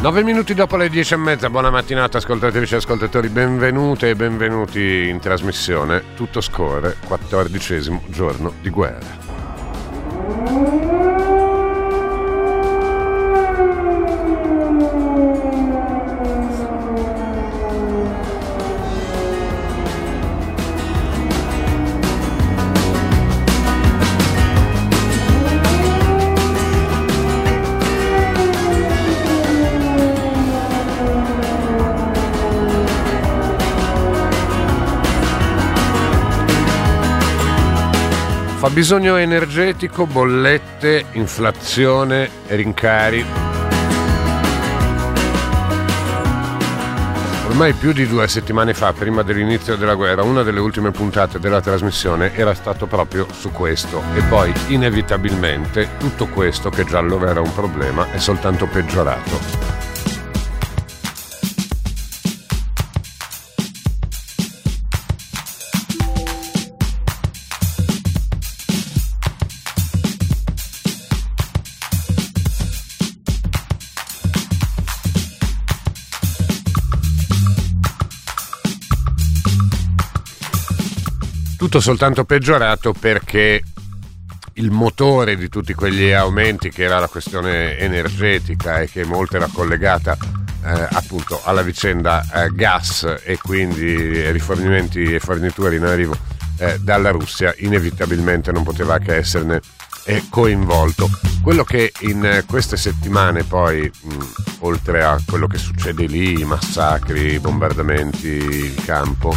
9 minuti dopo le 10:30, buona mattinata ascoltatrici e ascoltatori, benvenute e benvenuti in trasmissione Tutto scorre, 14° giorno di guerra. Bisogno energetico, bollette, inflazione, rincari. Ormai più di 2 settimane fa, prima dell'inizio della guerra, una delle ultime puntate della trasmissione era stato proprio su questo. E poi, inevitabilmente, tutto questo, che già allora era un problema, è soltanto peggiorato. Tutto soltanto peggiorato perché il motore di tutti quegli aumenti, che era la questione energetica e che molto era collegata appunto alla vicenda gas e quindi rifornimenti e forniture in arrivo dalla Russia, inevitabilmente non poteva che esserne coinvolto. Quello che in queste settimane poi, oltre a quello che succede lì, i massacri, i bombardamenti, il campo,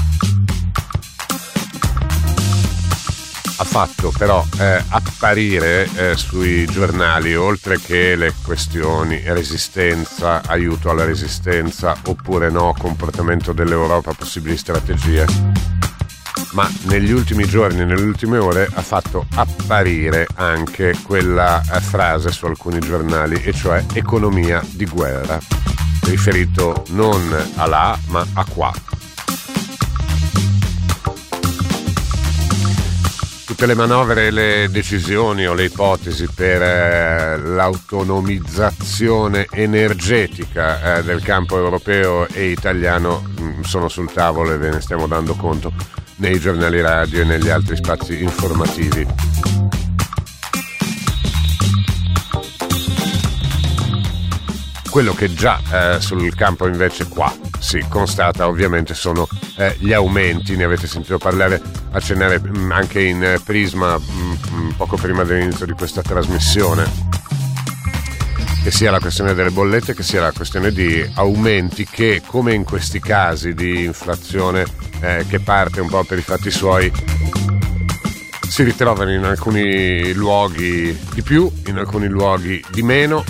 ha fatto però apparire sui giornali, oltre che le questioni resistenza, aiuto alla resistenza oppure no, comportamento dell'Europa, possibili strategie, ma negli ultimi giorni, nelle ultime ore, ha fatto apparire anche quella frase su alcuni giornali, e cioè economia di guerra, riferito non a là ma a qua. Tutte le manovre, le decisioni o le ipotesi per l'autonomizzazione energetica del campo europeo e italiano sono sul tavolo e ve ne stiamo dando conto nei giornali radio e negli altri spazi informativi. Quello che già sul campo invece qua si constata ovviamente sono gli aumenti. Ne avete sentito parlare, accennare anche in Prisma poco prima dell'inizio di questa trasmissione, che sia la questione delle bollette, che sia la questione di aumenti che, come in questi casi di inflazione che parte un po' per i fatti suoi, si ritrovano in alcuni luoghi di più, in alcuni luoghi di meno.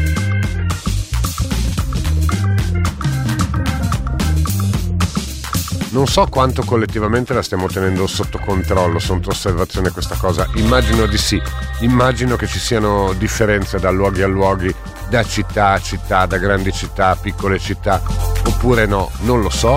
Non so quanto collettivamente la stiamo tenendo sotto controllo, sotto osservazione questa cosa. Immagino di sì. Immagino che ci siano differenze da luoghi a luoghi, da città a città, da grandi città a piccole città, oppure no, non lo so.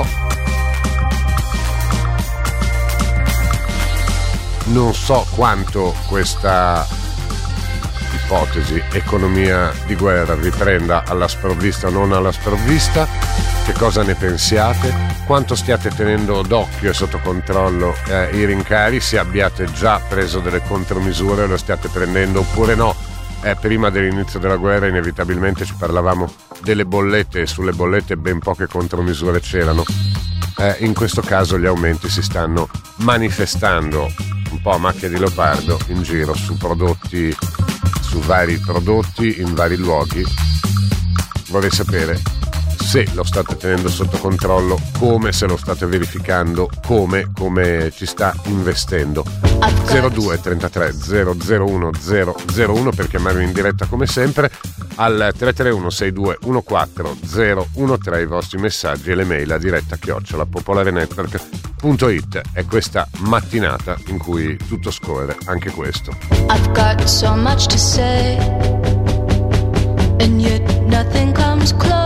Non so quanto questa ipotesi economia di guerra riprenda alla sprovvista o non alla sprovvista. Che cosa ne pensiate? Quanto stiate tenendo d'occhio e sotto controllo i rincari? Se abbiate già preso delle contromisure, lo stiate prendendo oppure no? Prima dell'inizio della guerra inevitabilmente ci parlavamo delle bollette, e sulle bollette ben poche contromisure c'erano. In questo caso gli aumenti si stanno manifestando un po' a macchia di leopardo in giro su prodotti, su vari prodotti in vari luoghi. Vorrei sapere se lo state tenendo sotto controllo, come se lo state verificando, come ci sta investendo. 02 33 001 001 per chiamarmi in diretta come sempre, al 331 62 14 013 i vostri messaggi e le mail a diretta @popolarenetwork.it. È questa mattinata in cui tutto scorre, anche questo. I've got so much to say and yet nothing comes close.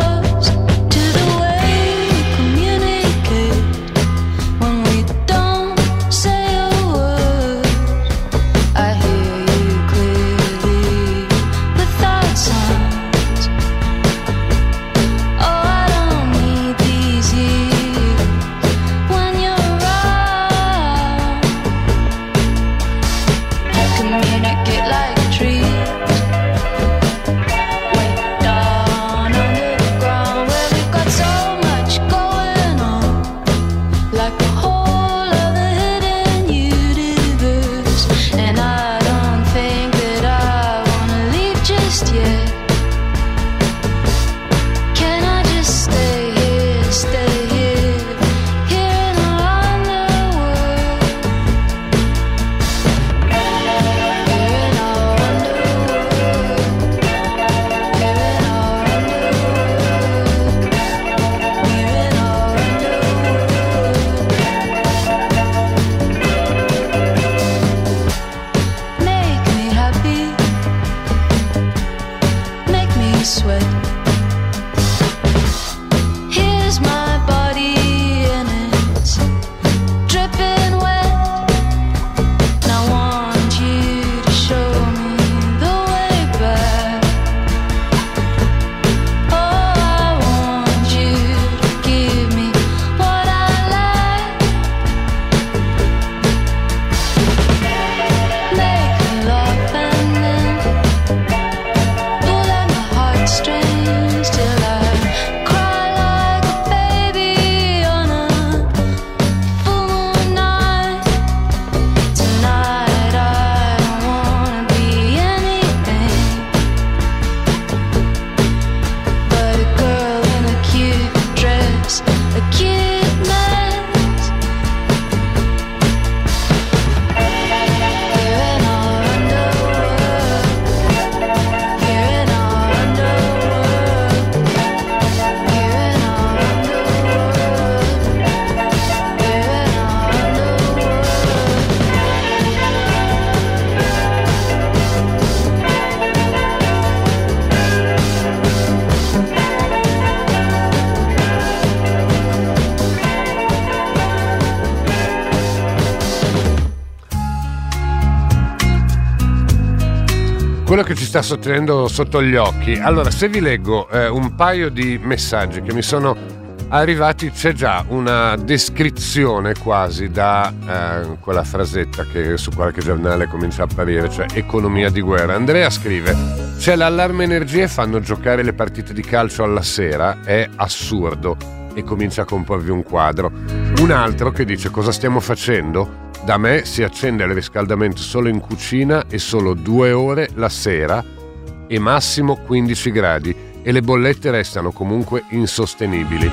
quello che ci sta sottenendo sotto gli occhi. Allora, se vi leggo un paio di messaggi che mi sono arrivati, c'è già una descrizione quasi da quella frasetta che su qualche giornale comincia a apparire, cioè economia di guerra. Andrea scrive: c'è l'allarme energie, fanno giocare le partite di calcio alla sera, è assurdo, e comincia a comporvi un quadro. Un altro che dice: cosa stiamo facendo? Da me si accende il riscaldamento solo in cucina e solo 2 ore la sera e massimo 15 gradi e le bollette restano comunque insostenibili.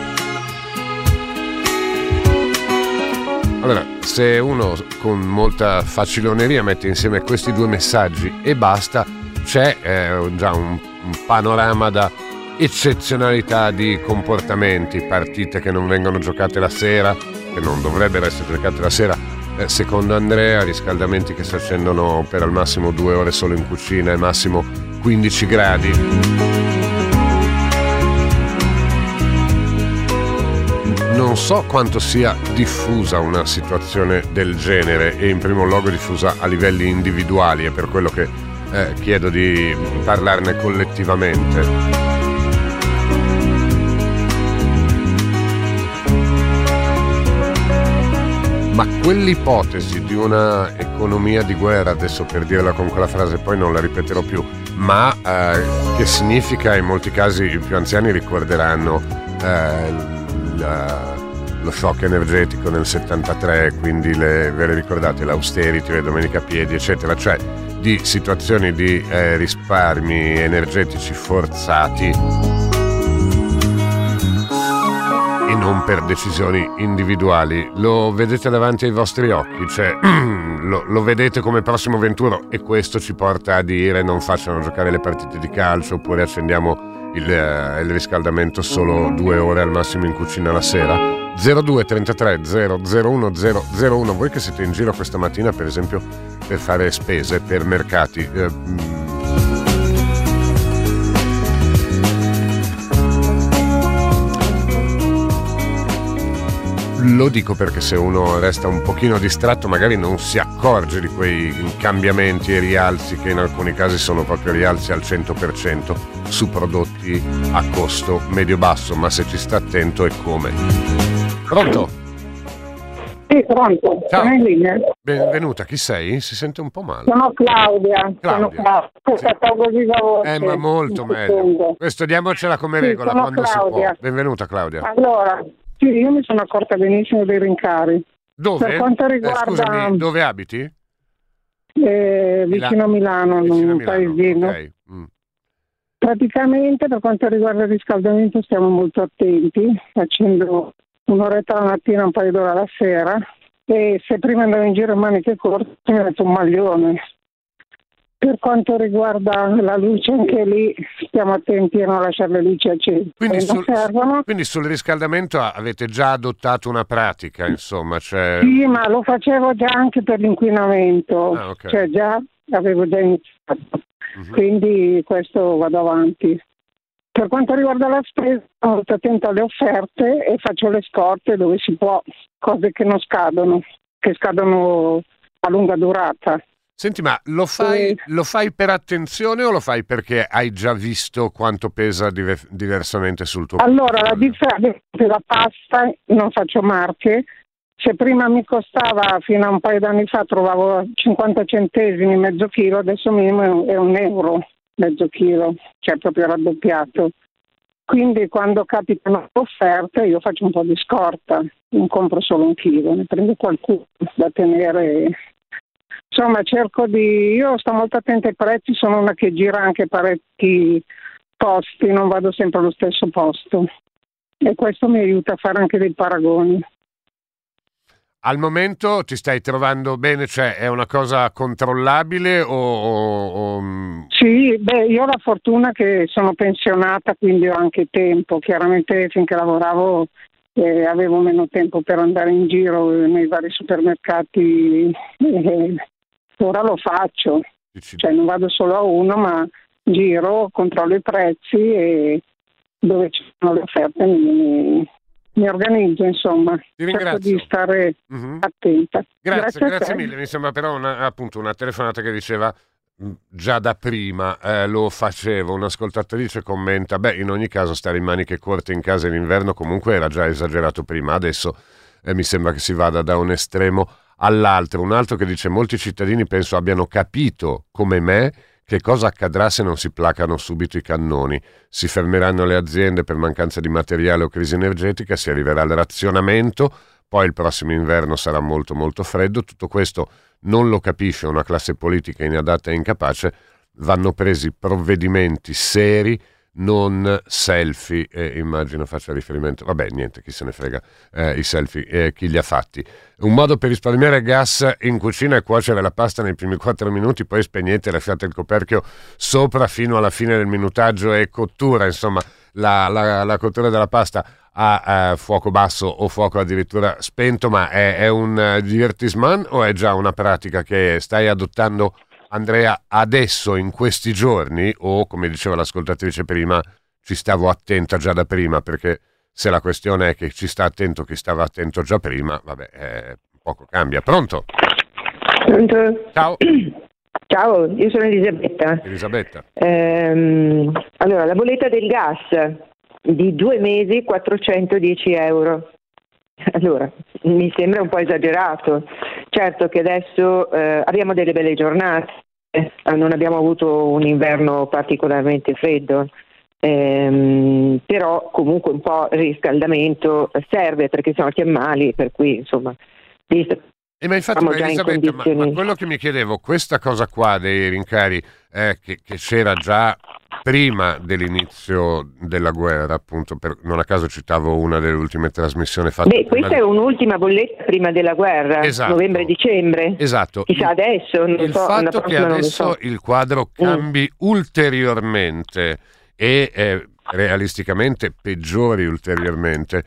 Allora, se uno con molta faciloneria mette insieme questi 2 messaggi e basta, c'è già un panorama da eccezionalità di comportamenti, partite che non vengono giocate la sera, che non dovrebbero essere giocate la sera. Secondo Andrea, riscaldamenti che si accendono per al massimo 2 ore solo in cucina e massimo 15 gradi. Non so quanto sia diffusa una situazione del genere, e in primo luogo diffusa a livelli individuali, e per quello che chiedo di parlarne collettivamente. Ma quell'ipotesi di una economia di guerra, adesso per dirla con quella frase poi non la ripeterò più, ma che significa, in molti casi i più anziani ricorderanno lo shock energetico nel 73, quindi ve le ricordate, l'austerity, le domenica piedi, eccetera, cioè di situazioni di risparmi energetici forzati e non per decisioni individuali. Lo vedete davanti ai vostri occhi, cioè lo vedete come prossimo venturo, e questo ci porta a dire: non facciano giocare le partite di calcio, oppure accendiamo il riscaldamento solo 2 ore al massimo in cucina la sera. 02 33 001 001. Voi che siete in giro questa mattina, per esempio, per fare spese per mercati, lo dico perché se uno resta un pochino distratto magari non si accorge di quei cambiamenti e rialzi che in alcuni casi sono proprio rialzi al 100% su prodotti a costo medio-basso, ma se ci sta attento è come. Pronto? Sì, pronto. Ciao. Sono in linea. Benvenuta, chi sei? Si sente un po' male. Sono Claudia. Sì. Così la voce. Ma molto meglio. Questo diamocela come regola quando Claudia. si può. Benvenuta Claudia. Allora, sì, io mi sono accorta benissimo dei rincari. Dove? Per quanto riguarda... Scusami, dove abiti? Vicino a Milano, in un paesino. Okay. Praticamente per quanto riguarda il riscaldamento stiamo molto attenti, facendo un'oretta la mattina, un paio d'ore la sera, e se prima andavo in giro in maniche corte mi metto un maglione. Per quanto riguarda la luce, anche lì stiamo attenti a non lasciare le luci accese. Quindi sul riscaldamento avete già adottato una pratica, insomma. Cioè... Sì, ma lo facevo già anche per l'inquinamento, okay. Cioè già avevo già iniziato, quindi questo vado avanti. Per quanto riguarda la spesa, sono molto attenta alle offerte e faccio le scorte dove si può, cose che non scadono, che scadono a lunga durata. Senti, ma lo fai per attenzione o lo fai perché hai già visto quanto pesa diversamente sul tuo Allora, la differenza della pasta, non faccio marche, se prima mi costava, fino a un paio d'anni fa, trovavo 50 centesimi mezzo chilo, adesso minimo è €1 mezzo chilo, cioè proprio raddoppiato. Quindi quando capitano offerte io faccio un po' di scorta, non compro solo 1 chilo, ne prendo qualcuno da tenere. Insomma, io sto molto attenta ai prezzi, sono una che gira anche parecchi posti, non vado sempre allo stesso posto, e questo mi aiuta a fare anche dei paragoni. Al momento ti stai trovando bene, cioè è una cosa controllabile o... Sì, io ho la fortuna che sono pensionata, quindi ho anche tempo. Chiaramente finché lavoravo avevo meno tempo per andare in giro nei vari supermercati, ora lo faccio, cioè non vado solo a uno, ma giro, controllo i prezzi e dove ci sono le offerte mi organizzo, insomma. Ti ringrazio. Cerco di stare attenta. Grazie mille. Mi sembra però appunto una telefonata che diceva già da prima lo facevo. Un'ascoltatrice commenta: beh, in ogni caso stare in maniche corte in casa in inverno comunque era già esagerato prima, adesso mi sembra che si vada da un estremo all'altro. Un altro che dice: molti cittadini penso abbiano capito come me che cosa accadrà se non si placano subito i cannoni. Si fermeranno le aziende per mancanza di materiale o crisi energetica, si arriverà al razionamento, poi il prossimo inverno sarà molto molto freddo. Tutto questo non lo capisce una classe politica inadatta e incapace. Vanno presi provvedimenti seri, non selfie. Immagino faccia riferimento, vabbè, niente, chi se ne frega, i selfie, chi li ha fatti. Un modo per risparmiare gas in cucina è cuocere la pasta nei primi 4 minuti, poi spegnete e lasciate il coperchio sopra fino alla fine del minutaggio e cottura. Insomma, la cottura della pasta a fuoco basso o fuoco addirittura spento. Ma è un divertissement o è già una pratica che stai adottando, Andrea, adesso in questi giorni, o come diceva l'ascoltatrice prima, ci stavo attenta già da prima? Perché se la questione è che ci sta attento chi stava attento già prima, vabbè, poco cambia. Pronto? Pronto? Ciao. Ciao, io sono Elisabetta. Elisabetta. Allora, la bolletta del gas di 2 mesi 410 euro. Allora, mi sembra un po' esagerato. Certo che adesso abbiamo delle belle giornate, non abbiamo avuto un inverno particolarmente freddo, però comunque un po' il riscaldamento serve, perché sennò ti ammali, per cui insomma... Ma infatti, Elisabetta, ma quello che mi chiedevo, questa cosa qua dei rincari che c'era già prima dell'inizio della guerra, appunto, non a caso citavo una delle ultime trasmissioni fatte. Beh, questa è un'ultima bolletta prima della guerra, esatto. Novembre-dicembre. Esatto. Chissà adesso, il fatto che adesso il quadro cambi ulteriormente e realisticamente peggiori ulteriormente.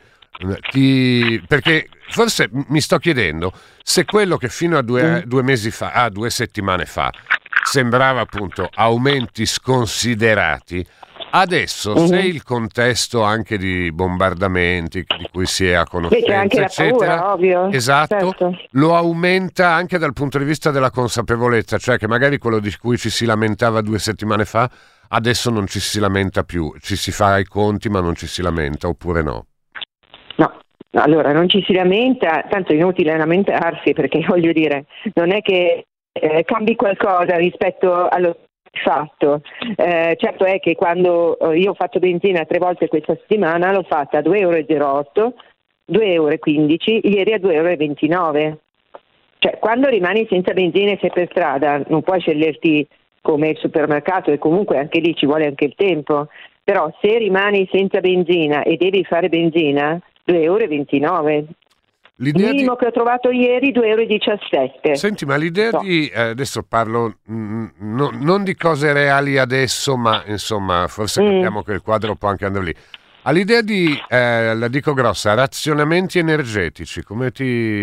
Perché forse mi sto chiedendo se quello che fino a 2 settimane fa sembrava appunto aumenti sconsiderati, adesso se il contesto anche di bombardamenti di cui si è a conoscenza, anche la eccetera, paura, ovvio, esatto, certo, lo aumenta anche dal punto di vista della consapevolezza, cioè che magari quello di cui ci si lamentava 2 settimane fa adesso non ci si lamenta più, ci si fa i conti ma non ci si lamenta, oppure no? No, allora non ci si lamenta, tanto è inutile lamentarsi, perché voglio dire, non è che cambi qualcosa rispetto allo fatto. Certo è che quando io ho fatto benzina 3 volte questa settimana, l'ho fatta a 2,08 €, 2,15 €, ieri a 2,29 €. Cioè, quando rimani senza benzina e sei per strada, non puoi sceglierti come il supermercato, e comunque anche lì ci vuole anche il tempo. Però se rimani senza benzina e devi fare benzina, 2,29 €. Il minimo che ho trovato ieri 2,17 €. Senti, ma l'idea di adesso parlo non di cose reali adesso, ma insomma forse capiamo che il quadro può anche andare lì. All'idea di la dico grossa, razionamenti energetici, come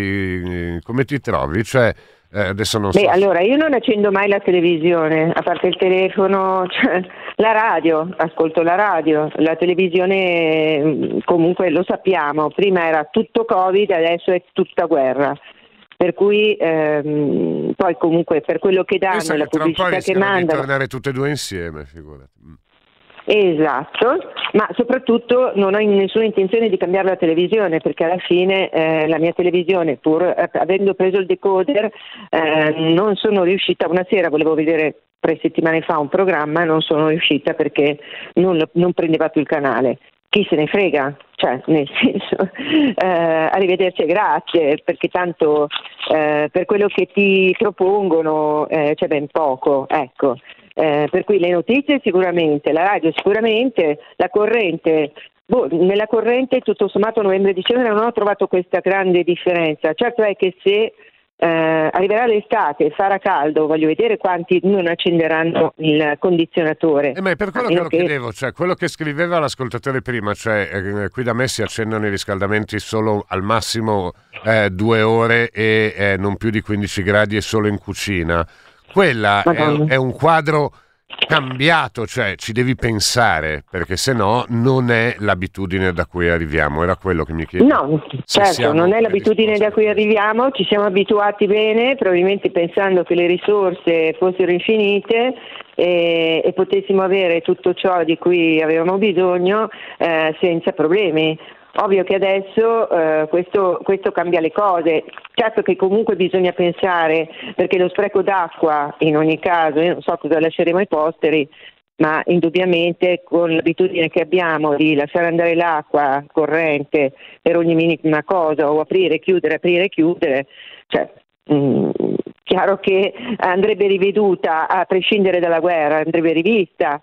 ti trovi? Cioè adesso non so. Allora, io non accendo mai la televisione, a parte il telefono, cioè, la radio, ascolto la radio, la televisione comunque lo sappiamo, prima era tutto Covid, adesso è tutta guerra. Per cui poi comunque per quello che danno, la pubblicità che mandano, di tornare tutte e 2 insieme, figurati. Esatto, ma soprattutto non ho nessuna intenzione di cambiare la televisione, perché alla fine la mia televisione, pur avendo preso il decoder, non sono riuscita. Una sera volevo vedere 3 settimane fa un programma, non sono riuscita perché non prendeva più il canale. Chi se ne frega? Cioè, nel senso, arrivederci e grazie, perché tanto per quello che ti propongono c'è ben poco, ecco. Per cui le notizie sicuramente, la radio sicuramente, la corrente, nella corrente tutto sommato novembre-dicembre non ho trovato questa grande differenza. Certo è che se arriverà l'estate e farà caldo, voglio vedere quanti non accenderanno il condizionatore. Ma è per quello che lo chiedevo, cioè quello che scriveva l'ascoltatore prima, cioè qui da me si accendono i riscaldamenti solo al massimo 2 ore e non più di 15 gradi e solo in cucina. Quella è un quadro cambiato, cioè ci devi pensare, perché se no non è l'abitudine da cui arriviamo, era quello che mi chiedevo. No, certo, non è l'abitudine da cui arriviamo, ci siamo abituati bene, probabilmente pensando che le risorse fossero infinite e potessimo avere tutto ciò di cui avevamo bisogno senza problemi. Ovvio che adesso questo cambia le cose. Certo che comunque bisogna pensare, perché lo spreco d'acqua in ogni caso, io non so cosa lasceremo ai posteri, ma indubbiamente con l'abitudine che abbiamo di lasciare andare l'acqua corrente per ogni minima cosa, o aprire, chiudere, cioè chiaro che andrebbe riveduta a prescindere dalla guerra, andrebbe rivista.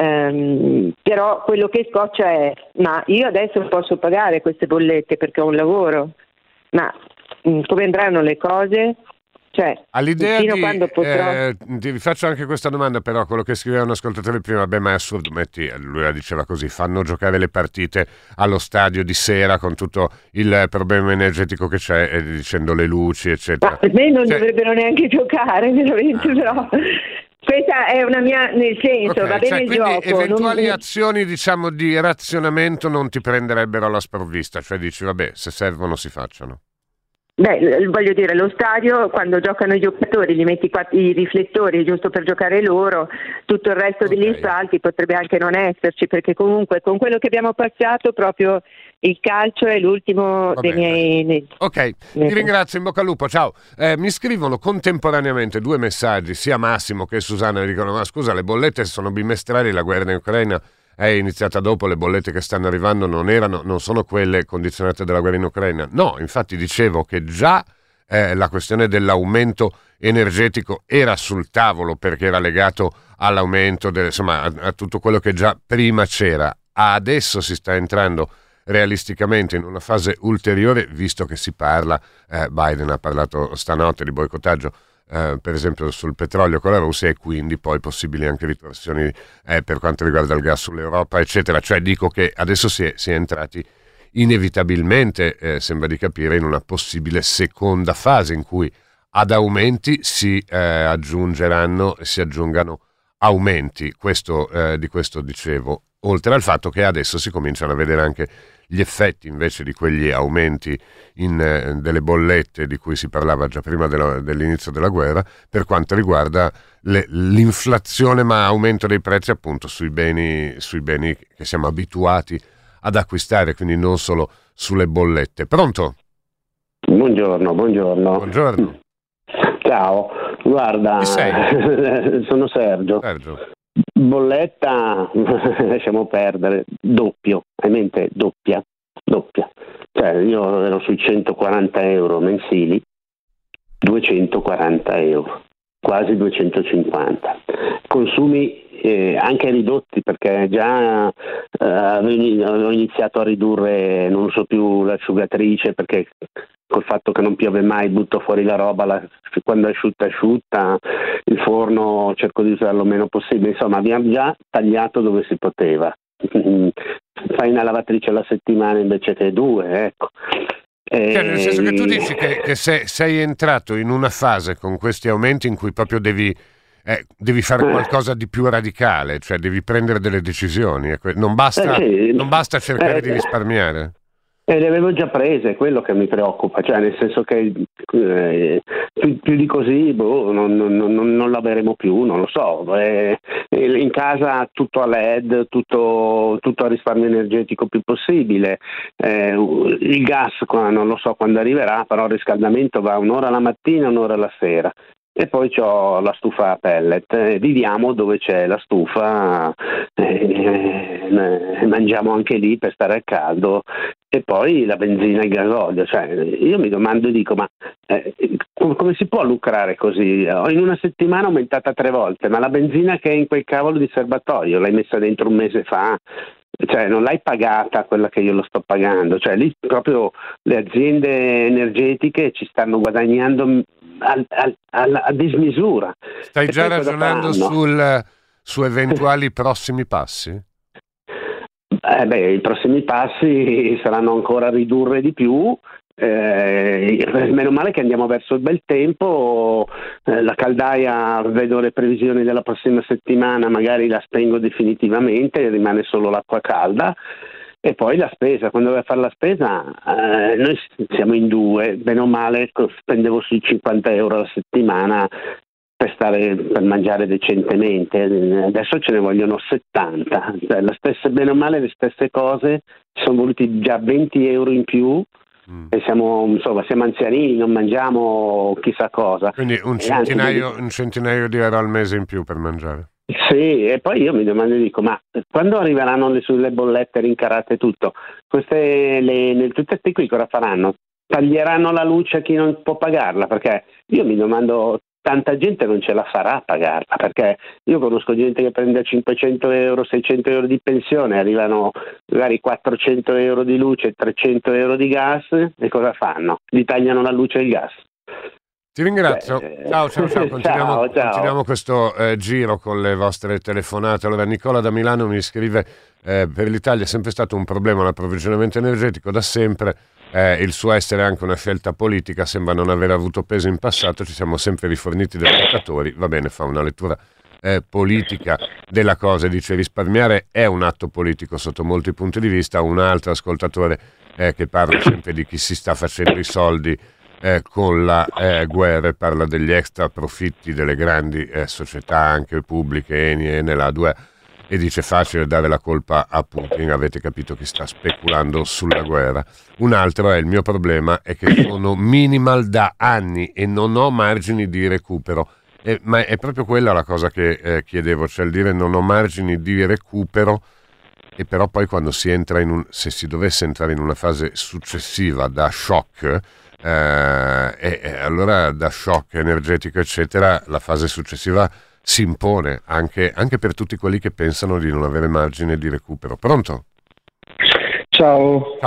Però quello che scoccia è: ma io adesso posso pagare queste bollette perché ho un lavoro, ma come andranno le cose? Cioè, all'idea fino a quando potrò... ti faccio anche questa domanda, però quello che scriveva un ascoltatore prima, ma è assurdo, lui la diceva così: fanno giocare le partite allo stadio di sera con tutto il problema energetico che c'è, e dicendo le luci eccetera. Ma per me non dovrebbero neanche giocare veramente, però questa è una mia, nel senso, va bene, il quindi gioco. Eventuali azioni, diciamo, di razionamento non ti prenderebbero alla sprovvista, cioè dici vabbè, se servono si facciano. Beh, voglio dire, lo stadio, quando giocano i giocatori, gli metti i riflettori giusto per giocare loro, tutto il resto degli spalti potrebbe anche non esserci, perché comunque con quello che abbiamo passato proprio il calcio è l'ultimo dei miei... Ok, ti ringrazio, in bocca al lupo, ciao. Mi scrivono contemporaneamente 2 messaggi, sia Massimo che Susanna, mi dicono: ma scusa, le bollette sono bimestrali, la guerra in Ucraina è iniziata dopo, le bollette che stanno arrivando non sono quelle condizionate dalla guerra in Ucraina. No, infatti dicevo che già la questione dell'aumento energetico era sul tavolo, perché era legato all'aumento a tutto quello che già prima c'era. Adesso si sta entrando realisticamente in una fase ulteriore, visto che si parla, Biden ha parlato stanotte di boicottaggio per esempio sul petrolio con la Russia, e quindi poi possibili anche ritorsioni per quanto riguarda il gas sull'Europa eccetera. Cioè dico che adesso si è entrati inevitabilmente, sembra di capire, in una possibile seconda fase in cui ad aumenti si aggiungano aumenti. Di questo dicevo, oltre al fatto che adesso si cominciano a vedere anche gli effetti invece di quegli aumenti delle bollette di cui si parlava già prima dell'inizio della guerra, per quanto riguarda l'inflazione, ma aumento dei prezzi appunto sui beni che siamo abituati ad acquistare, quindi non solo sulle bollette. Pronto? Buongiorno. Ciao, guarda, chi sei? Sono Sergio. Bolletta lasciamo perdere, doppio, hai in mente doppia, cioè io ero sui 140 euro mensili, 240 euro, quasi 250, consumi anche ridotti, perché già avevo iniziato a ridurre, non uso più l'asciugatrice, perché col fatto che non piove mai butto fuori la roba, quando è asciutta, il forno cerco di usarlo meno possibile, insomma abbiamo già tagliato dove si poteva. Fai una lavatrice alla settimana invece che 2, ecco. Cioè, nel senso che tu dici che sei entrato in una fase con questi aumenti in cui proprio devi fare qualcosa di più radicale, cioè devi prendere delle decisioni, non basta cercare di risparmiare. Le avevo già prese, è quello che mi preoccupa, cioè nel senso che più di così non l'avremo più, non lo so. In casa tutto a LED, tutto a risparmio energetico più possibile, il gas non lo so quando arriverà, però il riscaldamento va 1 ora la mattina, 1 ora la sera. E poi c'ho la stufa a pellet, viviamo dove c'è la stufa, mangiamo anche lì per stare al caldo, e poi la benzina e il gasolio. Cioè, io mi domando e dico, ma come si può lucrare così? In una settimana è aumentata 3 volte, ma la benzina che è in quel cavolo di serbatoio l'hai messa dentro un mese fa, cioè non l'hai pagata quella che io lo sto pagando, cioè lì proprio le aziende energetiche ci stanno guadagnando a dismisura. Stai già ragionando su eventuali prossimi passi? I prossimi passi saranno ancora ridurre di più meno male che andiamo verso il bel tempo, la caldaia, vedo le previsioni della prossima settimana, magari la spengo definitivamente, rimane solo l'acqua calda. E poi la spesa, quando vai a fare la spesa, noi siamo in due, bene o male spendevo sui 50 euro alla settimana per mangiare decentemente, adesso ce ne vogliono 70, cioè bene o male le stesse cose, ci sono voluti già 20 euro in più. E siamo anzianini, non mangiamo chissà cosa. Quindi un centinaio di euro al mese in più per mangiare. Sì, e poi io mi domando e dico, ma quando arriveranno sulle bollette rincarate tutto, tutte queste qui cosa faranno? Taglieranno la luce a chi non può pagarla? Perché io mi domando, tanta gente non ce la farà a pagarla, perché io conosco gente che prende 500 euro, 600 euro di pensione, arrivano magari 400 euro di luce, 300 euro di gas, e cosa fanno? Gli tagliano la luce e il gas. Ti ringrazio. Ciao. Continuiamo questo giro con le vostre telefonate. Allora, Nicola da Milano mi scrive: per l'Italia è sempre stato un problema l'approvvigionamento energetico da sempre. Il suo essere anche una scelta politica sembra non aver avuto peso in passato, ci siamo sempre riforniti dai lavoratori. Va bene, fa una lettura politica della cosa, dice risparmiare è un atto politico sotto molti punti di vista. Un altro ascoltatore che parla sempre di chi si sta facendo i soldi con la guerra, parla degli extra profitti delle grandi società anche pubbliche, Eni, Enel, A2, e dice facile dare la colpa a Putin, avete capito che sta speculando sulla guerra. Un altro è: il mio problema è che sono minimal da anni e non ho margini di recupero. Ma è proprio quella la cosa che chiedevo, cioè il dire non ho margini di recupero, e però poi quando si entra se si dovesse entrare in una fase successiva da shock, allora da shock energetico eccetera, la fase successiva si impone anche per tutti quelli che pensano di non avere margine di recupero. Pronto? Ciao.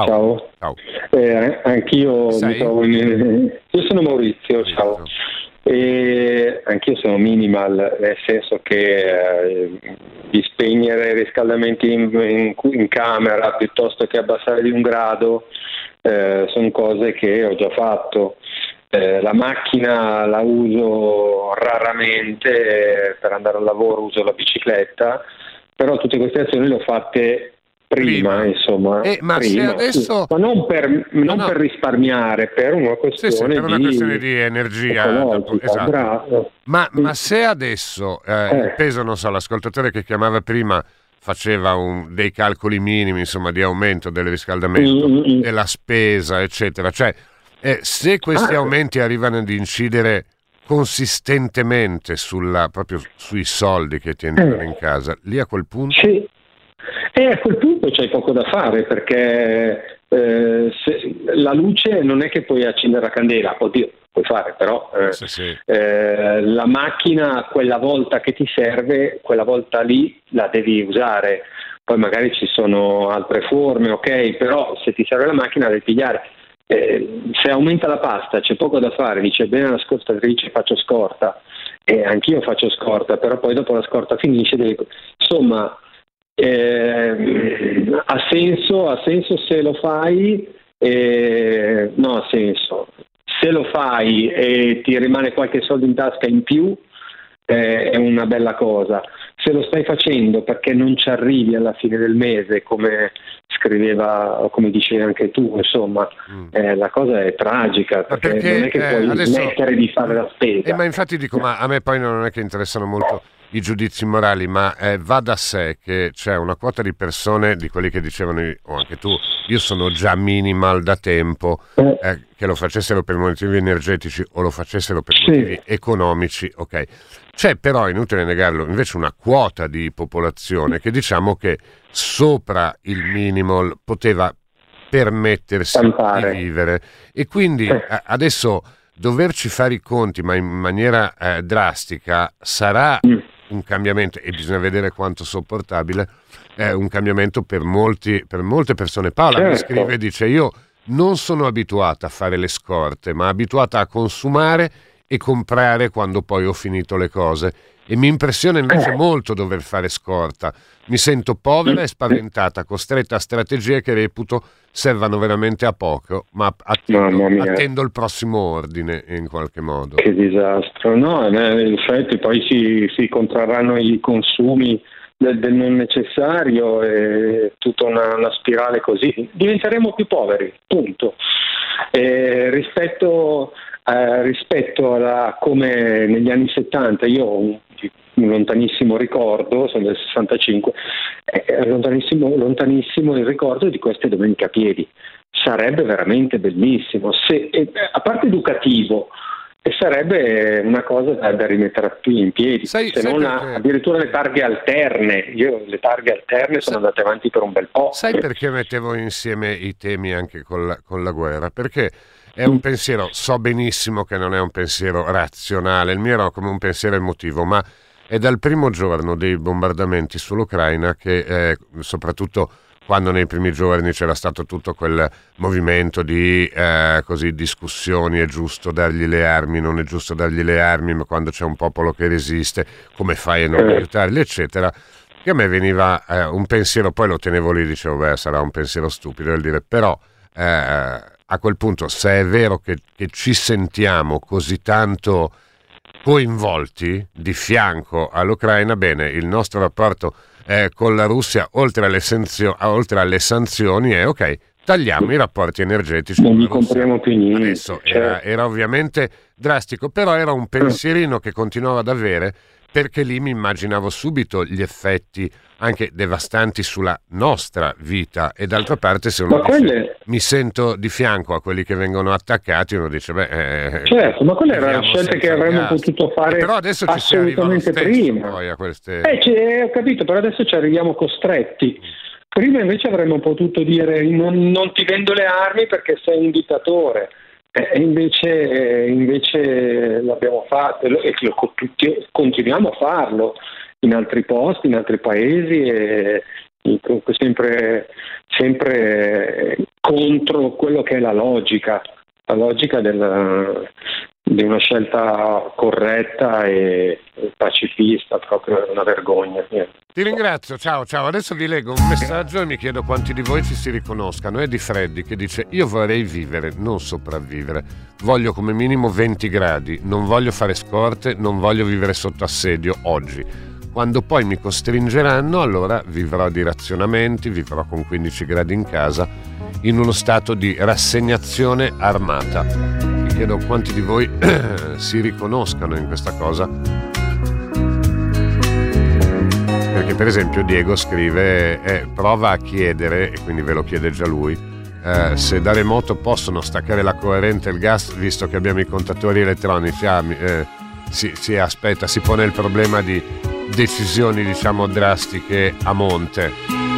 Anch'io mi trovo io sono Maurizio. Ciao. E anch'io sono minimal, nel senso che di spegnere i riscaldamenti in camera piuttosto che abbassare di 1 grado sono cose che ho già fatto. La macchina la uso raramente, per andare al lavoro uso la bicicletta, però tutte queste azioni le ho fatte prima. Insomma, ma prima, adesso... ma non per risparmiare, per una questione, per una questione di energia, esatto. Ma se adesso il peso, non so, l'ascoltatore che chiamava prima faceva dei calcoli minimi, insomma, di aumento del riscaldamento, della spesa, eccetera, cioè se questi aumenti arrivano ad incidere consistentemente proprio sui soldi che ti entrano in casa, lì a quel punto... Sì. E a quel punto c'è poco da fare, perché la luce non è che puoi accendere la candela, oddio, puoi fare, però la macchina quella volta che ti serve, quella volta lì la devi usare. Poi magari ci sono altre forme, ok, però se ti serve la macchina la devi pigliare. Se aumenta la pasta c'è poco da fare, dice bene l'ascoltatrice, faccio scorta, e anch'io faccio scorta, però poi dopo la scorta finisce, insomma ha senso se lo fai, no, ha senso se lo fai e ti rimane qualche soldo in tasca in più, è una bella cosa. Se lo stai facendo perché non ci arrivi alla fine del mese, come scriveva o come dicevi anche tu, insomma, la cosa è tragica, perché non è che puoi smettere di fare la spesa. Ma infatti dico, ma a me poi non è che interessano molto i giudizi morali, ma va da sé che c'è una quota di persone, di quelli che dicevano, o anche tu, io sono già minimal da tempo, che lo facessero per motivi energetici o lo facessero per motivi economici, ok. C'è però, è inutile negarlo, invece una quota di popolazione che diciamo che sopra il minimal poteva permettersi di vivere, e quindi adesso doverci fare i conti, ma in maniera drastica, sarà un cambiamento, e bisogna vedere quanto sopportabile, un cambiamento per molte persone. Paola mi scrive, dice: io non sono abituata a fare le scorte, ma abituata a consumare e comprare quando poi ho finito le cose. e mi impressiona invece molto dover fare scorta. Mi sento povera e spaventata, costretta a strategie che reputo servano veramente a poco, ma attendo il prossimo ordine in qualche modo. Che disastro, no? In effetti poi si contrarranno i consumi del non necessario e tutta una spirale così. Diventeremo più poveri, punto. Rispetto a come negli anni 70, io ho un lontanissimo ricordo, sono del 65, lontanissimo il ricordo di queste domeniche a piedi. Sarebbe veramente bellissimo, a parte educativo, e sarebbe una cosa da rimettere in piedi, se non addirittura le targhe alterne. Le targhe alterne sono andate avanti per un bel po'. Sai perché mettevo insieme i temi anche con la guerra? Perché è un pensiero, so benissimo che non è un pensiero razionale, il mio era come un pensiero emotivo, ma è dal primo giorno dei bombardamenti sull'Ucraina che, soprattutto quando nei primi giorni c'era stato tutto quel movimento di discussioni, è giusto dargli le armi, non è giusto dargli le armi, ma quando c'è un popolo che resiste, come fai a non aiutarli, eccetera, che a me veniva un pensiero, poi lo tenevo lì, dicevo, sarà un pensiero stupido, del dire, però a quel punto, se è vero che ci sentiamo così tanto coinvolti di fianco all'Ucraina, bene, il nostro rapporto con la Russia, oltre alle sanzioni, è ok, tagliamo i rapporti energetici. Non gli compriamo più niente. Adesso era ovviamente drastico, però era un pensierino che continuavo ad avere, perché lì mi immaginavo subito gli effetti anche devastanti sulla nostra vita, e d'altra parte se uno dice, mi sento di fianco a quelli che vengono attaccati, uno dice certo, ma quelle erano scelte che avremmo potuto fare, però adesso assolutamente prima. Poi a queste... ho capito, però adesso ci arriviamo costretti. Prima invece avremmo potuto dire non ti vendo le armi perché sei un dittatore. Invece l'abbiamo fatto e continuiamo a farlo in altri posti, in altri paesi, e comunque sempre contro quello che è la logica di una scelta corretta e pacifista, proprio una vergogna. Ti ringrazio, ciao. Adesso vi leggo un messaggio e mi chiedo quanti di voi ci si riconoscano. È di Freddy che dice: io vorrei vivere, non sopravvivere. Voglio come minimo 20 gradi, non voglio fare scorte, non voglio vivere sotto assedio oggi. Quando poi mi costringeranno, allora vivrò di razionamenti, vivrò con 15 gradi in casa, in uno stato di rassegnazione armata. Mi chiedo quanti di voi si riconoscano in questa cosa. Perché per esempio Diego scrive, prova a chiedere, e quindi ve lo chiede già lui, se da remoto possono staccare la corrente e il gas, visto che abbiamo i contatori elettronici. Aspetta, si pone il problema di decisioni, diciamo, drastiche a monte.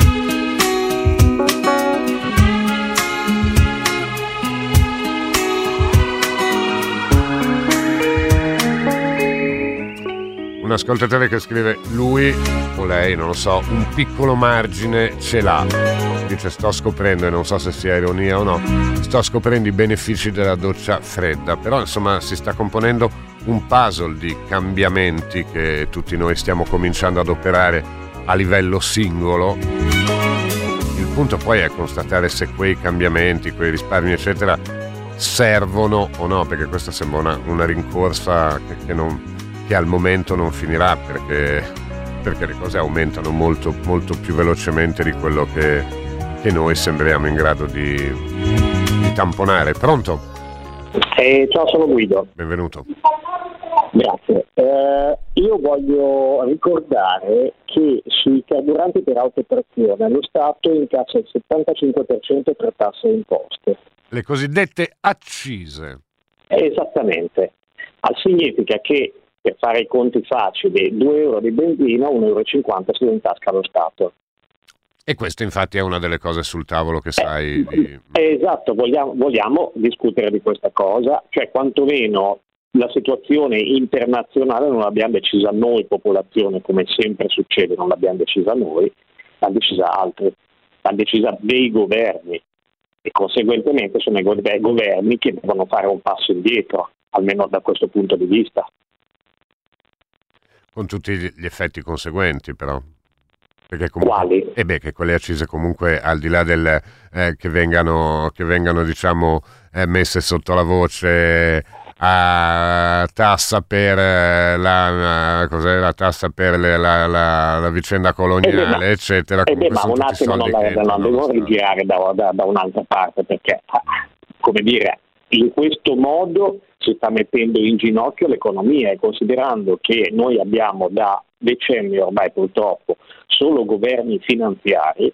Un ascoltatore che scrive, lui o lei, non lo so, un piccolo margine ce l'ha. Dice, sto scoprendo, e non so se sia ironia o no, sto scoprendo i benefici della doccia fredda, però insomma si sta componendo un puzzle di cambiamenti che tutti noi stiamo cominciando ad operare a livello singolo. Il punto poi è constatare se quei cambiamenti, quei risparmi eccetera servono o no, perché questa sembra una rincorsa che al momento non finirà, perché le cose aumentano molto, molto più velocemente di quello che noi sembriamo in grado di tamponare. Pronto? Ciao, sono Guido. Benvenuto. Grazie. Io voglio ricordare che sui carburanti per autotrazione lo Stato incassa il 75% per tasse e imposte. Le cosiddette accise. Esattamente. Significa che, per fare i conti facili, 2 euro di benzina, 1,50 euro si lo intasca lo Stato. E questo infatti è una delle cose sul tavolo che sai. Esatto, vogliamo discutere di questa cosa, cioè quantomeno la situazione internazionale non l'abbiamo decisa noi popolazione, come sempre succede, non l'abbiamo decisa noi, l'hanno decisa altri, l'hanno decisa dei governi, e conseguentemente sono i governi che devono fare un passo indietro, almeno da questo punto di vista. con tutti gli effetti conseguenti però. Perché comunque, quali? che quelle accise comunque al di là del che vengano diciamo messe sotto la voce a tassa per la tassa per la vicenda coloniale, eccetera. Ma un attimo non devo rigirare da un'altra parte, perché come dire, in questo modo si sta mettendo in ginocchio l'economia, e considerando che noi abbiamo da decenni ormai purtroppo solo governi finanziari.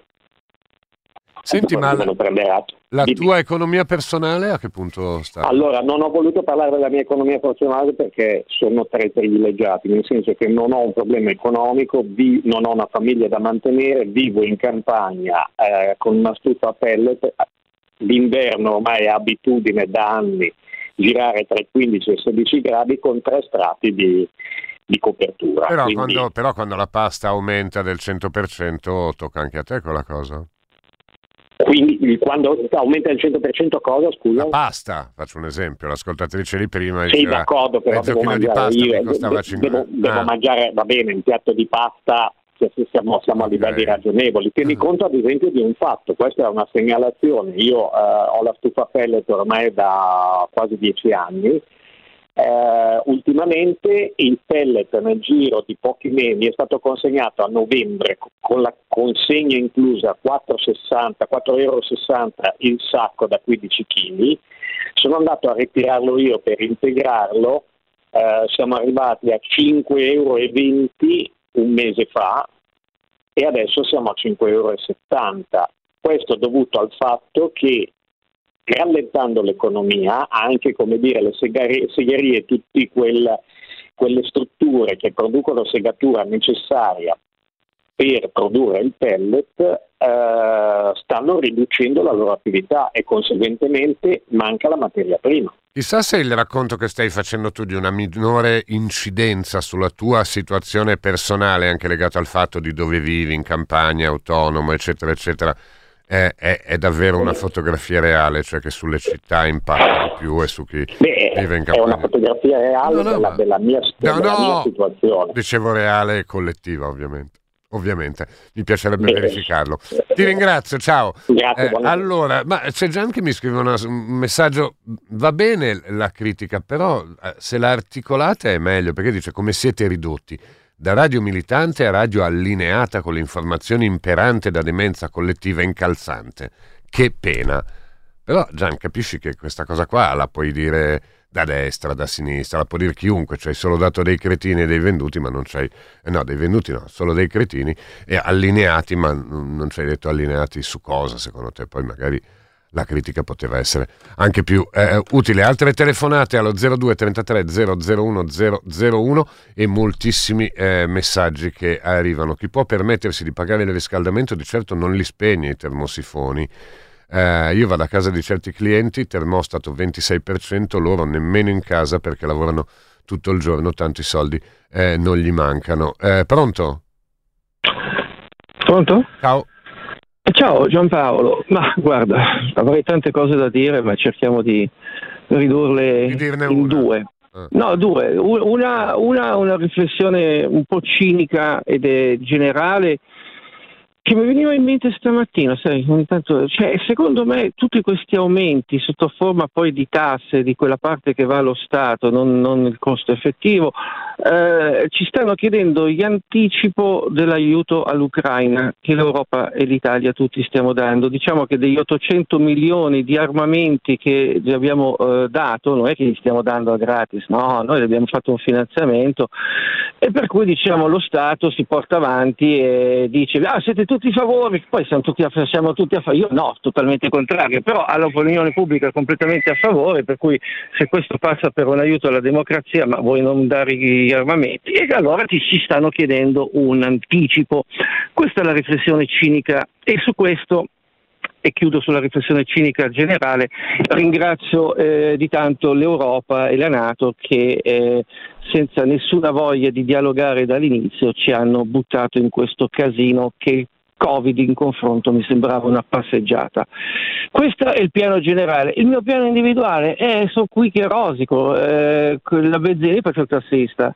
Senti, ma la tua economia personale a che punto sta? Allora, non ho voluto parlare della mia economia personale perché sono tra i privilegiati, nel senso che non ho un problema economico, non ho una famiglia da mantenere, vivo in campagna con una stufa a pellet, d'inverno ormai è abitudine da anni girare tra i 15 e i 16 gradi con 3 strati di copertura. Però quando la pasta aumenta del 100% tocca anche a te quella cosa? Quindi quando aumenta il 100% cosa, scusa? La pasta, faccio un esempio, l'ascoltatrice di prima sì, d'accordo, però mezzo chilo di pasta mi costava 50. Devo mangiare, va bene, un piatto di pasta, siamo a livelli ragionevoli. Tieni conto ad esempio di un fatto, questa è una segnalazione, io ho la stufa a pellet ormai da quasi 10 anni. Ultimamente il pellet nel giro di pochi mesi mi è stato consegnato a novembre con la consegna inclusa a 4,60 euro il sacco da 15 kg. Sono andato a ritirarlo io per integrarlo, siamo arrivati a 5,20 euro un mese fa e adesso siamo a 5,70 euro. Questo dovuto al fatto che, rallentando l'economia, anche come dire le segherie, tutte quelle strutture che producono segatura necessaria per produrre il pellet stanno riducendo la loro attività e conseguentemente manca la materia prima. Chissà se il racconto che stai facendo tu di una minore incidenza sulla tua situazione personale, anche legato al fatto di dove vivi, in campagna, autonomo, eccetera, eccetera, è davvero una fotografia reale, cioè che sulle città impatta di più e su chi vive in campagna. È una fotografia reale della mia situazione. Dicevo reale e collettiva, ovviamente. Mi piacerebbe verificarlo. Ti ringrazio, ciao. Grazie, allora, ma c'è Gian che mi scrive un messaggio, va bene la critica, però se la articolata è meglio, perché dice: come siete ridotti da radio militante a radio allineata con l'informazione imperante da demenza collettiva incalzante. Che pena. Però Gian, capisci che questa cosa qua la puoi dire da destra, da sinistra, la può dire chiunque, cioè hai solo dato dei cretini e dei venduti, ma non c'hai dei venduti no, solo dei cretini, e allineati, ma non ci hai detto allineati su cosa secondo te. Poi magari la critica poteva essere anche più utile. Altre telefonate allo 02 33 001 001 e moltissimi messaggi che arrivano. Chi può permettersi di pagare il riscaldamento di certo non li spegne i termosifoni. Io vado a casa di certi clienti, termostato 26%, loro nemmeno in casa perché lavorano tutto il giorno, tanti soldi non gli mancano. Pronto? Pronto? Ciao. Ciao Giampaolo, ma guarda, avrei tante cose da dire, ma cerchiamo di ridurle in due. No, due. Una riflessione un po' cinica ed è generale, che mi veniva in mente stamattina, sai, ogni tanto, cioè, secondo me tutti questi aumenti sotto forma poi di tasse di quella parte che va allo Stato, non il costo effettivo, ci stanno chiedendo gli anticipo dell'aiuto all'Ucraina che l'Europa e l'Italia tutti stiamo dando. Diciamo che degli 800 milioni di armamenti che gli abbiamo dato, non è che li stiamo dando a gratis, no, noi abbiamo fatto un finanziamento e per cui diciamo lo Stato si porta avanti e dice siete tutti favori, poi siamo tutti a favore. Io no, totalmente contrario, però all'opinione pubblica completamente a favore, per cui se questo passa per un aiuto alla democrazia, ma vuoi non dare gli armamenti, e allora ci stanno chiedendo un anticipo. Questa è la riflessione cinica, e su questo, e chiudo sulla riflessione cinica generale, ringrazio di tanto l'Europa e la NATO che senza nessuna voglia di dialogare dall'inizio ci hanno buttato in questo casino che Covid in confronto mi sembrava una passeggiata. Questo è il piano generale. Il mio piano individuale sono qui che rosico, la benzina, faccio il tassista.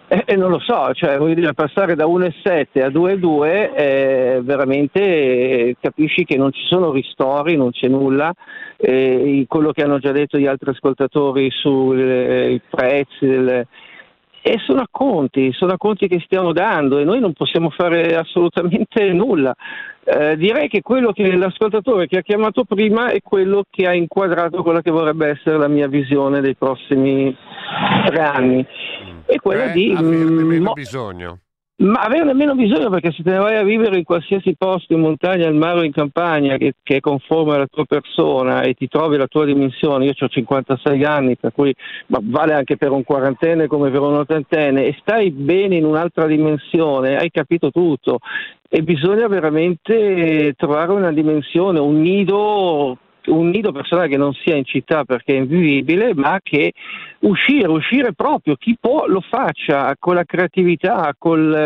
E non lo so, cioè voglio dire, passare da 1,7 a 2,2 veramente capisci che non ci sono ristori, non c'è nulla. Quello che hanno già detto gli altri ascoltatori sui prezzi e sono acconti che stiamo dando e noi non possiamo fare assolutamente nulla. Direi che quello che l'ascoltatore che ha chiamato prima è quello che ha inquadrato quella che vorrebbe essere la mia visione dei prossimi 3 anni. E quella di averne meno bisogno. Ma averne meno bisogno, perché se te ne vai a vivere in qualsiasi posto, in montagna, al mare o in campagna, che è conforme alla tua persona e ti trovi la tua dimensione, io ho 56 anni, per cui ma vale anche per un quarantenne come per un ottantenne, e stai bene in un'altra dimensione, hai capito tutto, e bisogna veramente trovare una dimensione, un nido personale che non sia in città perché è invivibile, ma che uscire proprio, chi può lo faccia con la creatività,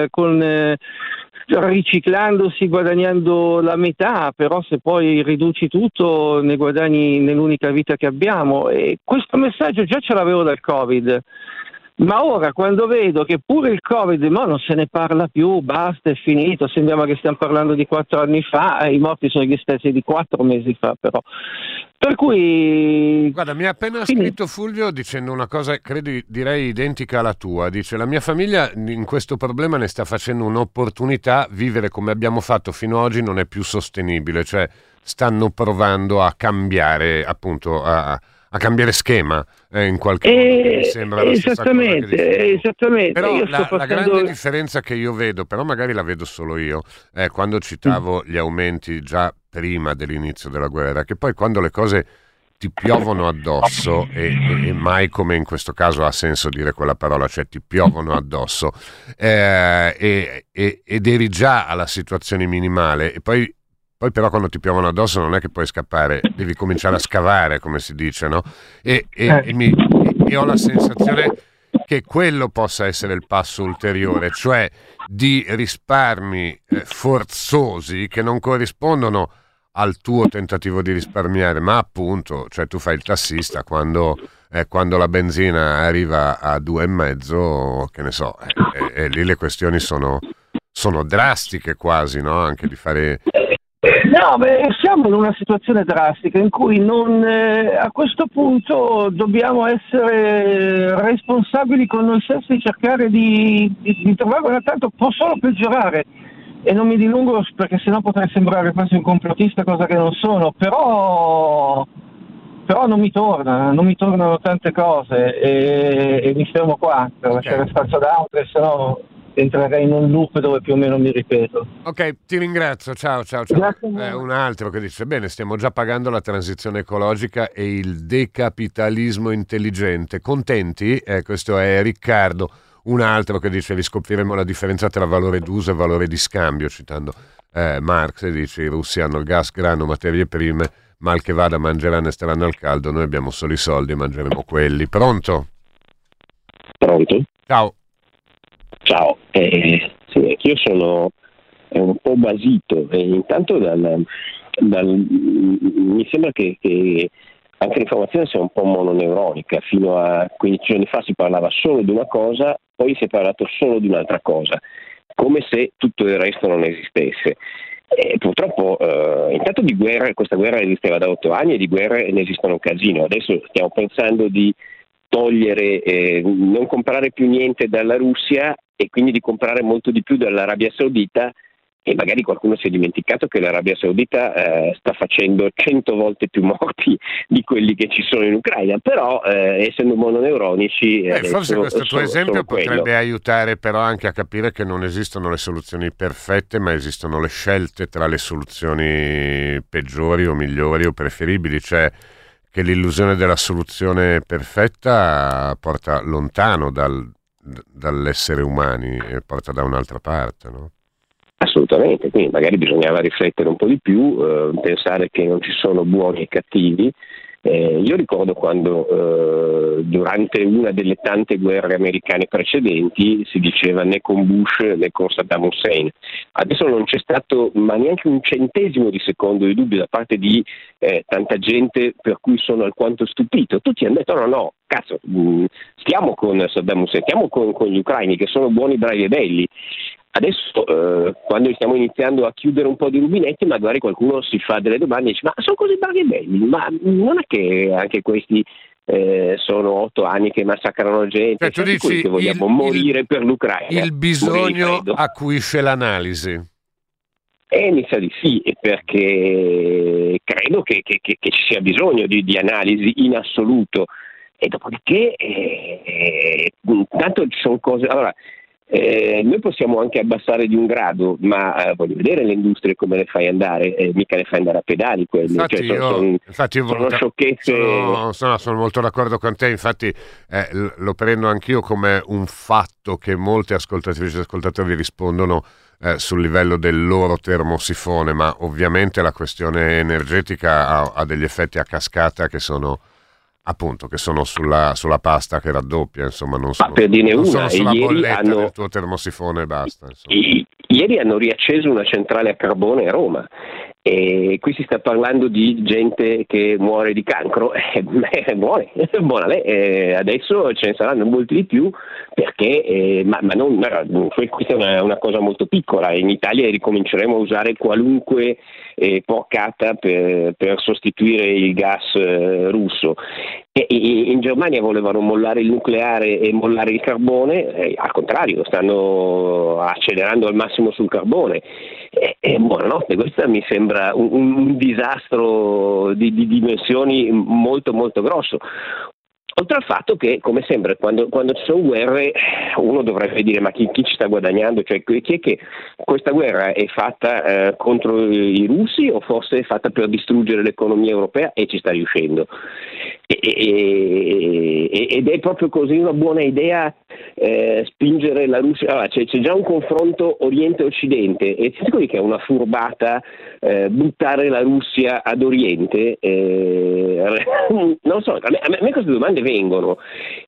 riciclandosi, guadagnando la metà, però se poi riduci tutto ne guadagni nell'unica vita che abbiamo. E questo messaggio già ce l'avevo dal Covid. Ma ora, quando vedo che pure il Covid non se ne parla più, basta, è finito, sembra che stiamo parlando di 4 anni fa, i morti sono gli stessi di 4 mesi fa, però. Per cui... Guarda, mi ha appena scritto Fulvio dicendo una cosa, direi identica alla tua. Dice, la mia famiglia in questo problema ne sta facendo un'opportunità, vivere come abbiamo fatto fino ad oggi non è più sostenibile, cioè stanno provando a cambiare, appunto, a cambiare schema in qualche modo, mi sembra la stessa cosa che esattamente. Però la grande differenza che io vedo, però magari la vedo solo io, quando citavo gli aumenti già prima dell'inizio della guerra, che poi quando le cose ti piovono addosso e mai come in questo caso ha senso dire quella parola, cioè ti piovono addosso ed eri già alla situazione minimale e poi però quando ti piovono addosso non è che puoi scappare, devi cominciare a scavare, come si dice, no? E ho la sensazione che quello possa essere il passo ulteriore, cioè di risparmi forzosi che non corrispondono al tuo tentativo di risparmiare, ma appunto, cioè tu fai il tassista quando la benzina arriva a 2,5, che ne so, e lì le questioni sono drastiche quasi, no? Anche di fare... No, siamo in una situazione drastica in cui a questo punto dobbiamo essere responsabili con noi stessi e cercare di trovare tanto può solo peggiorare. E non mi dilungo perché sennò potrei sembrare quasi un complottista, cosa che non sono, però non mi tornano tante cose e mi fermo qua per lasciare spazio ad altri, sennò entrerei in un loop dove più o meno mi ripeto. Ok, ti ringrazio, ciao. Un altro che dice, bene, stiamo già pagando la transizione ecologica e il decapitalismo intelligente, contenti? Questo è Riccardo. Un altro che dice, riscopriremo la differenza tra valore d'uso e valore di scambio, citando Marx, e dice, i russi hanno il gas, grano, materie prime, mal che vada mangeranno e staranno al caldo, noi abbiamo solo i soldi e mangeremo quelli. Pronto? Pronto? Ciao. Sì, io sono un po' basito, intanto mi sembra che anche l'informazione sia un po' mononeuronica. Fino a 15 giorni fa si parlava solo di una cosa, poi si è parlato solo di un'altra cosa, come se tutto il resto non esistesse. Purtroppo intanto di guerra, questa guerra esisteva da 8 anni e di guerre ne esistono un casino. Adesso stiamo pensando di togliere, non comprare più niente dalla Russia e quindi di comprare molto di più dall'Arabia Saudita, e magari qualcuno si è dimenticato che l'Arabia Saudita sta facendo 100 volte più morti di quelli che ci sono in Ucraina, però essendo mononeuronici forse questo tuo esempio potrebbe aiutare però anche a capire che non esistono le soluzioni perfette, ma esistono le scelte tra le soluzioni peggiori o migliori o preferibili, cioè che l'illusione della soluzione perfetta porta lontano dall'essere umani e porta da un'altra parte, no? Assolutamente, quindi magari bisognava riflettere un po' di più, pensare che non ci sono buoni e cattivi, Io ricordo quando durante una delle tante guerre americane precedenti si diceva né con Bush né con Saddam Hussein. Adesso non c'è stato ma neanche un centesimo di secondo di dubbio da parte di tanta gente, per cui sono alquanto stupito. Tutti hanno detto no, cazzo, stiamo con Saddam Hussein, stiamo con gli ucraini che sono buoni, bravi e belli. Adesso quando stiamo iniziando a chiudere un po' di rubinetti, magari qualcuno si fa delle domande e dice: ma sono così bravi e belli? Ma non è che anche questi sono 8 anni che massacrano gente? Tu dici che vogliamo morire per l'Ucraina? Il bisogno acuisce l'analisi. Mi sa di sì, perché credo che ci sia bisogno di analisi in assoluto. E dopodiché tanto ci sono cose. Allora, noi possiamo anche abbassare di un grado, ma voglio vedere le industrie come le fai andare, mica le fai andare a pedali quelle. Infatti, sono sciocchezze. Sono molto d'accordo con te, infatti lo prendo anch'io come un fatto che molte ascoltatrici e ascoltatori rispondono sul livello del loro termosifone, ma ovviamente la questione energetica ha degli effetti a cascata che sono sulla pasta che raddoppia, insomma, non sono sulla bolletta del tuo termosifone e basta. Ieri hanno riacceso una centrale a carbone a Roma e qui si sta parlando di gente che muore di cancro, muore, buona lei, adesso ce ne saranno molti di più perché, questa è una cosa molto piccola. In Italia ricominceremo a usare qualunque porcata per sostituire il gas russo. In Germania volevano mollare il nucleare e mollare il carbone, al contrario, stanno accelerando al massimo sul carbone. Buonanotte, questa mi sembra un disastro di dimensioni molto molto grosso. Oltre al fatto che, come sempre, quando ci sono guerre, uno dovrebbe dire: ma chi ci sta guadagnando? Cioè, chi è che questa guerra è fatta contro i russi o forse è fatta per distruggere l'economia europea e ci sta riuscendo? Ed è proprio così una buona idea spingere la Russia. Allora, c'è già un confronto Oriente-Occidente e ti dico che è una furbata buttare la Russia ad Oriente. Non so, a me queste domande vengono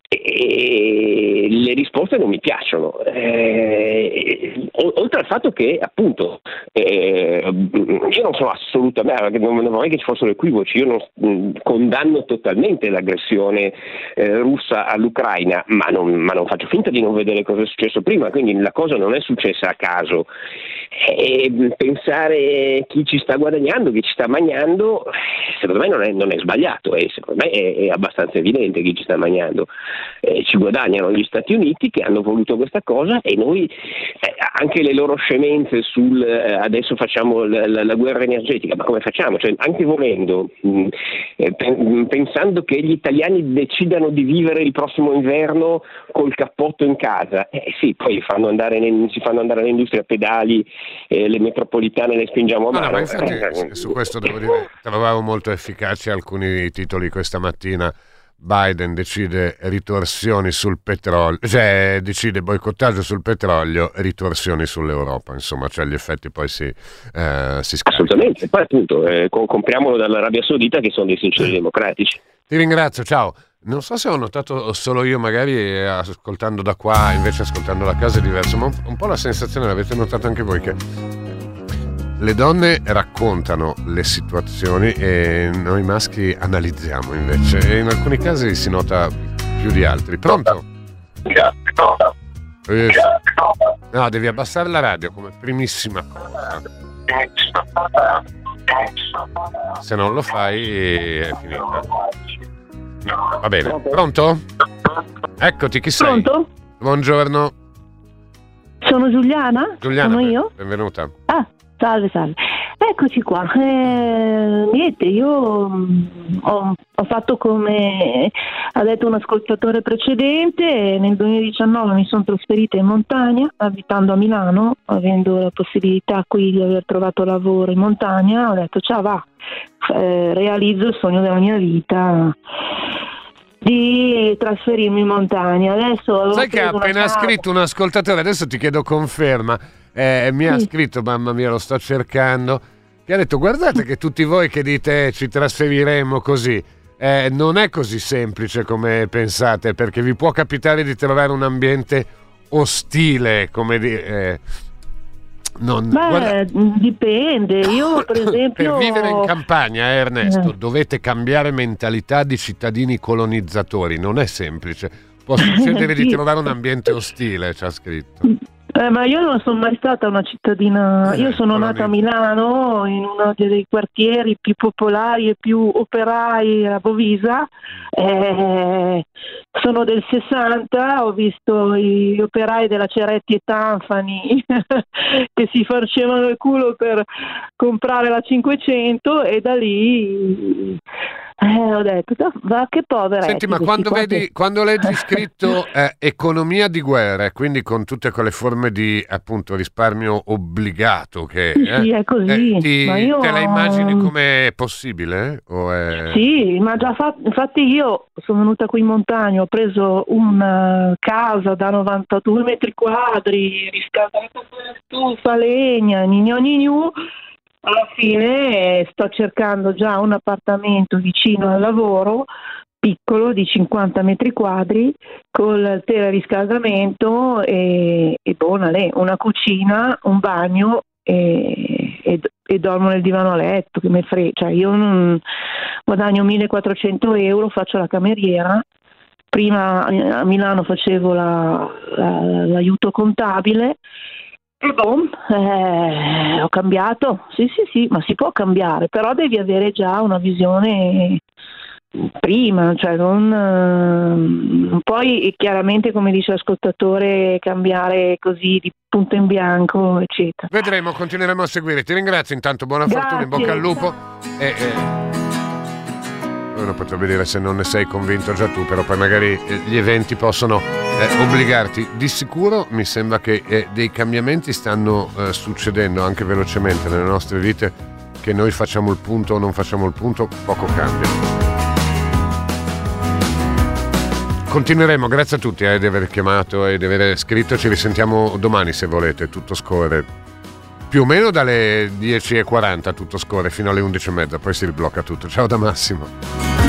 e le risposte non mi piacciono, oltre al fatto che appunto io non sono assolutamente, non vorrei che ci fossero equivoci, io non condanno totalmente l'aggressione russa all'Ucraina, ma non faccio finta di non vedere cosa è successo prima, quindi la cosa non è successa a caso. Pensare chi ci sta guadagnando, chi ci sta mangiando, secondo me non è sbagliato, e secondo me è abbastanza evidente chi ci sta mangiando. Ci guadagnano gli Stati Uniti che hanno voluto questa cosa e noi anche le loro scemenze sul adesso facciamo la guerra energetica, ma come facciamo? Cioè, anche volendo, pensando che gli italiani decidano di vivere il prossimo inverno col cappotto in casa, sì, poi si fanno andare all'industria a pedali, le metropolitane le spingiamo a mano. Ma infatti, su questo devo dire, trovavo molto efficaci alcuni titoli questa mattina. Biden decide ritorsioni sul petrolio, cioè decide boicottaggio sul petrolio e ritorsioni sull'Europa, insomma, cioè gli effetti poi si scaricano. Assolutamente, poi appunto compriamolo dall'Arabia Saudita che sono dei sinceri democratici. Ti ringrazio, ciao. Non so se ho notato solo io, magari ascoltando da qua, invece ascoltando da casa è diverso, ma un po' la sensazione l'avete notato anche voi che le donne raccontano le situazioni e noi maschi analizziamo invece, e in alcuni casi si nota più di altri. Pronto? No, devi abbassare la radio come primissima cosa. Se non lo fai è finita. No, va bene. Pronto? Eccoti, chi sei? Pronto? Buongiorno. Sono Giuliana? Sono io? Benvenuta. Salve. Eccoci qua. Niente, io ho fatto come ha detto un ascoltatore precedente. Nel 2019 mi sono trasferita in montagna, abitando a Milano, avendo la possibilità qui di aver trovato lavoro in montagna. Ho detto ciao, va, realizzo il sogno della mia vita di trasferirmi in montagna. Adesso sai che ha appena scritto un ascoltatore, adesso ti chiedo conferma. Mi ha scritto, mamma mia, lo sto cercando, che ha detto: guardate che tutti voi che dite ci trasferiremo così, non è così semplice come pensate, perché vi può capitare di trovare un ambiente ostile, come dire. Dipende. Io per esempio per vivere in campagna, Ernesto, dovete cambiare mentalità di cittadini colonizzatori, non è semplice, può succedere di trovare un ambiente ostile, c'ha scritto. Ma io non sono mai stata una cittadina, io sono nata a Milano, in uno dei quartieri più popolari e più operai a Bovisa, sono del 60, ho visto gli operai della Ceretti e Tanfani che si farcevano il culo per comprare la 500 e da lì ho detto, va che povera. Senti, ma quando leggi scritto economia di guerra, quindi con tutte quelle forme di appunto risparmio obbligato che sì, è così. Ma io te la immagini come possibile? O è... Sì, ma già infatti io sono venuta qui in montagna, ho preso una casa da 92 metri quadri, riscaldata con la stufa, legna, gnu. Alla fine sto cercando già un appartamento vicino al lavoro, piccolo, di 50 metri quadri, con il teleriscaldamento e una cucina, un bagno e dormo nel divano a letto, che mi frega. Cioè io non guadagno 1.400 euro, faccio la cameriera. Prima a Milano facevo l'aiuto contabile. E ho cambiato, sì, ma si può cambiare, però devi avere già una visione prima, cioè non puoi chiaramente, come dice l'ascoltatore, cambiare così di punto in bianco, eccetera. Vedremo, continueremo a seguire. Ti ringrazio intanto, buona fortuna, in bocca al lupo. Uno potrebbe dire se non ne sei convinto già tu, però poi magari gli eventi possono obbligarti. Di sicuro mi sembra che dei cambiamenti stanno succedendo anche velocemente nelle nostre vite, che noi facciamo il punto o non facciamo il punto, poco cambia. Continueremo, grazie a tutti di aver chiamato e di aver scritto. Ci risentiamo domani se volete, tutto scorre più o meno dalle 10:40, tutto scorre fino alle 11:30, poi si riblocca tutto. Ciao da Massimo.